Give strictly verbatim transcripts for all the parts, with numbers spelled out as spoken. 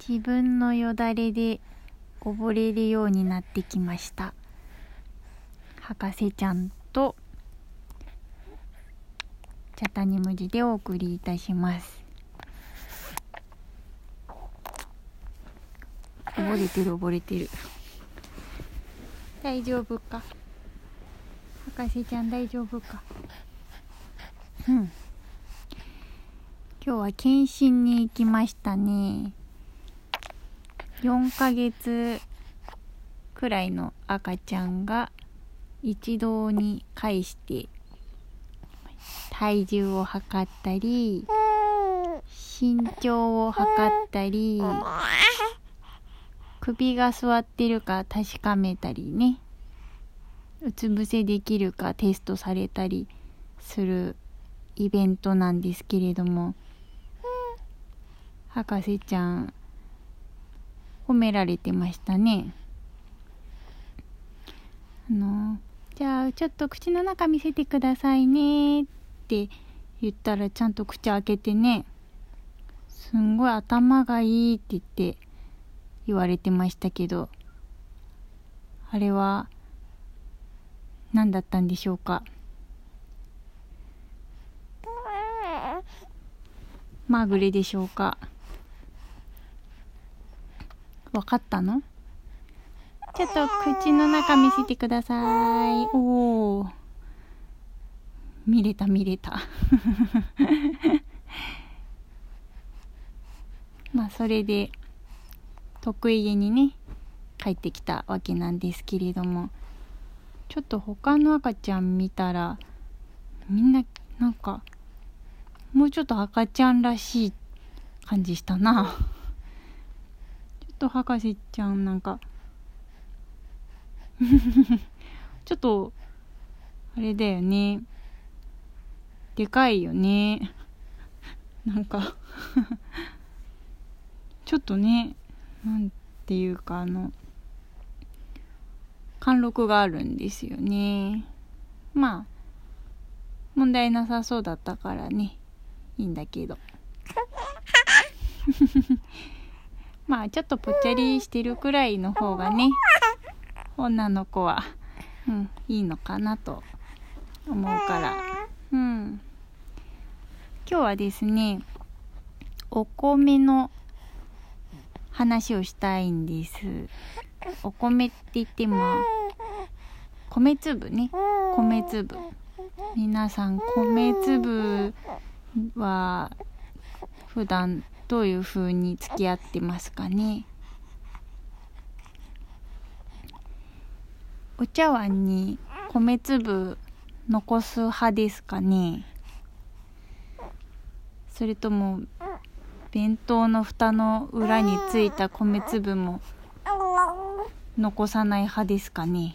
自分のよだれで溺れるようになってきました。博士ちゃんと茶谷無地でお送りいたします。溺れてる溺れてる。大丈夫か？博士ちゃん大丈夫か？うん。今日は検診に行きましたね。よんかげつくらいの赤ちゃんが一堂に会して体重を測ったり、身長を測ったり、首が座ってるか確かめたりね、うつ伏せできるかテストされたりするイベントなんですけれども、博士ちゃん褒められてましたね。あのじゃあちょっと口の中見せてくださいねって言ったらちゃんと口開けてね、すんごい頭がいいって言って言われてましたけど、あれは何だったんでしょうか。まぐれでしょうか。わかったの？ちょっと口の中見せてください。おー、見れた見れたまあそれで得意げにね帰ってきたわけなんですけれども、ちょっと他の赤ちゃん見たらみんななんかもうちょっと赤ちゃんらしい感じしたなちょっと博士ちゃんなんかちょっとあれだよね、でかいよねなんかちょっとね、なんていうかあの貫禄があるんですよね。まあ問題なさそうだったからね、いいんだけどまあちょっとぽっちゃりしてるくらいの方がね、女の子は、うん、いいのかなと思うから、うん。今日はですね、お米の話をしたいんです。お米って言っても米粒ね、米粒。皆さん米粒は普段どういう風に付き合ってますかね。お茶碗に米粒残す派ですかね。それとも弁当の蓋の裏についた米粒も残さない派ですかね。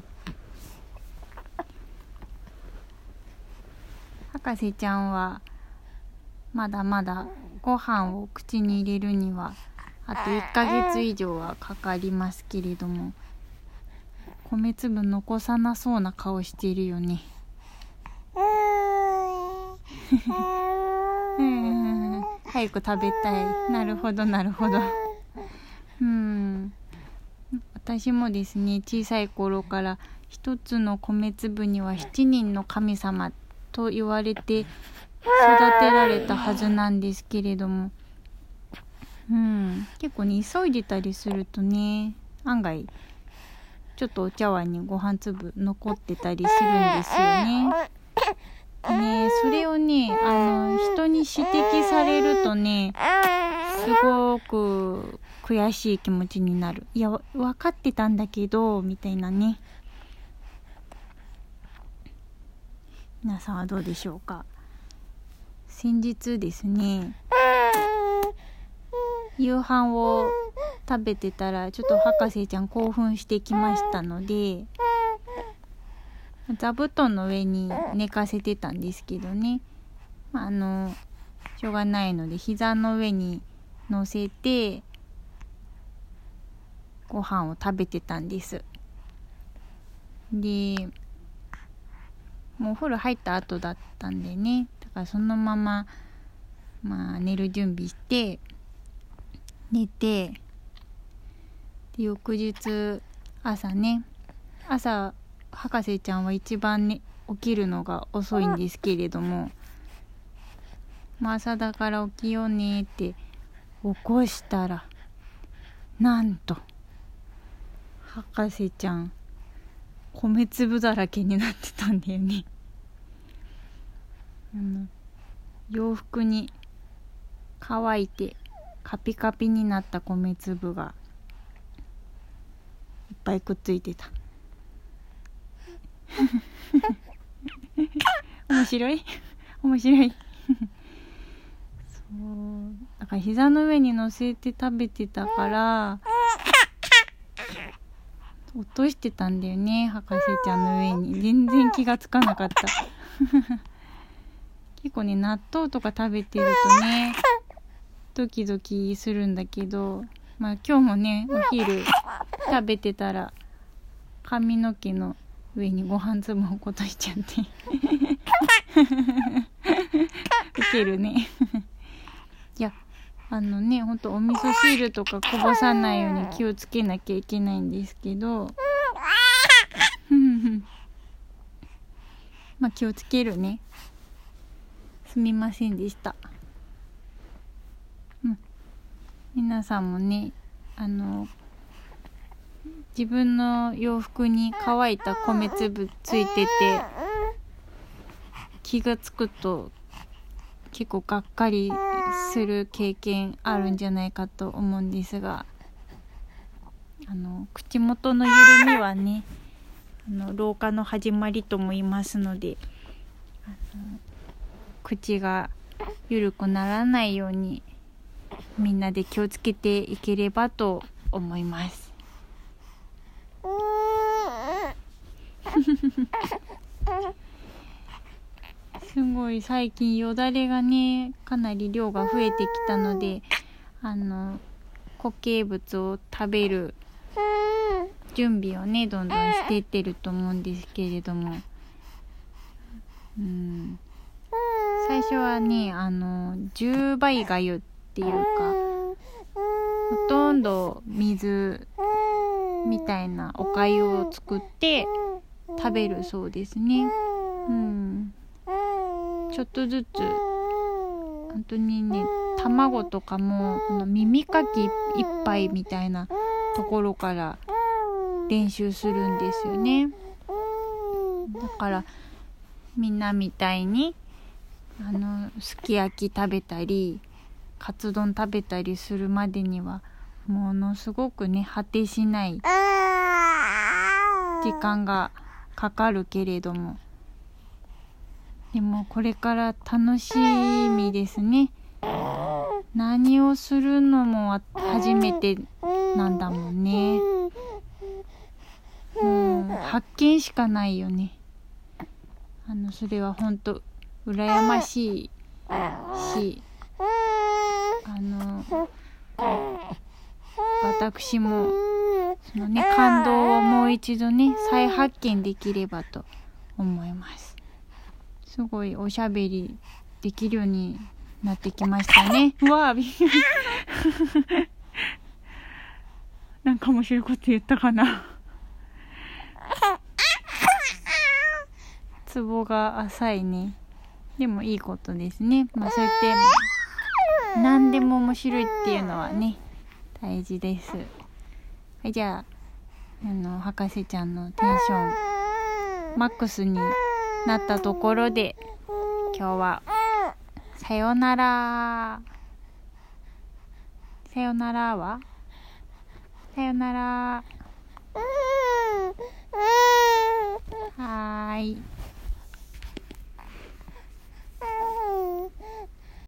博士ちゃんはまだまだご飯を口に入れるにはあといっかげつ以上はかかりますけれども、米粒残さなそうな顔しているよねうん早く食べたい。なるほどなるほどうん、私もですね、小さい頃から一つの米粒には七人の神様と言われて育てられたはずなんですけれども、うん、結構ね急いでたりするとね、案外ちょっとお茶碗にご飯粒残ってたりするんですよね。ね、それをね、あの人に指摘されるとね、すごく悔しい気持ちになる。いや、分かってたんだけどみたいなね。皆さんはどうでしょうか。先日ですね、夕飯を食べてたらちょっと博士ちゃん興奮してきましたので、座布団の上に寝かせてたんですけどね、まあ、あのしょうがないので膝の上に乗せてご飯を食べてたんです。でもうお風呂入った後だったんでね、だからそのまままあ寝る準備して寝て、で翌日朝ね、朝博士ちゃんは一番ね起きるのが遅いんですけれども、まあ、朝だから起きようねって起こしたら、なんと博士ちゃん米粒だらけになってたんだよね。あの洋服に乾いてカピカピになった米粒がいっぱいくっついてた。面白い面白いそうだから膝の上に乗せて食べてたから落としてたんだよね、博士ちゃんの上に。全然気がつかなかった結構ね、納豆とか食べてるとねドキドキするんだけど、まあ今日もねお昼食べてたら髪の毛の上にご飯粒を落っことしちゃってウケるねいやあのね、ほんとお味噌汁とかこぼさないように気をつけなきゃいけないんですけどまあ気をつけるね。すみませんでした。うん、皆さんもね、あの自分の洋服に乾いた米粒ついてて気がつくと結構がっかりする経験あるんじゃないかと思うんですが、あの口元の緩みはね、あの老化の始まりとも言いますので、あの口が緩くならないようにみんなで気をつけていければと思います。すごい最近よだれがねかなり量が増えてきたので、あの固形物を食べる準備をねどんどんしていってると思うんですけれども、うん、最初はねあのじゅうばいがゆっていうかほとんど水みたいなお粥を作って食べるそうですね。うん、ちょっとずつ本当にね、卵とかもこの耳かき一杯みたいなところから練習するんですよね。だからみんなみたいにあのすき焼き食べたりカツ丼食べたりするまでにはものすごくね果てしない時間がかかるけれども、でもこれから楽しみですね。何をするのも初めてなんだもんね。もう発見しかないよね。あのそれは本当羨ましいし、あの私もそのね感動をもう一度ね再発見できればと思います。すごいおしゃべりできるようになってきましたね。うわーなんか面白いこと言ったかな。ツボが浅いね。でもいいことですね。まあそうやって何でも面白いっていうのはね大事です。はい、じゃあ、あの博士ちゃんのテンションマックスになったところで今日はさよなら。さよならはさよなら。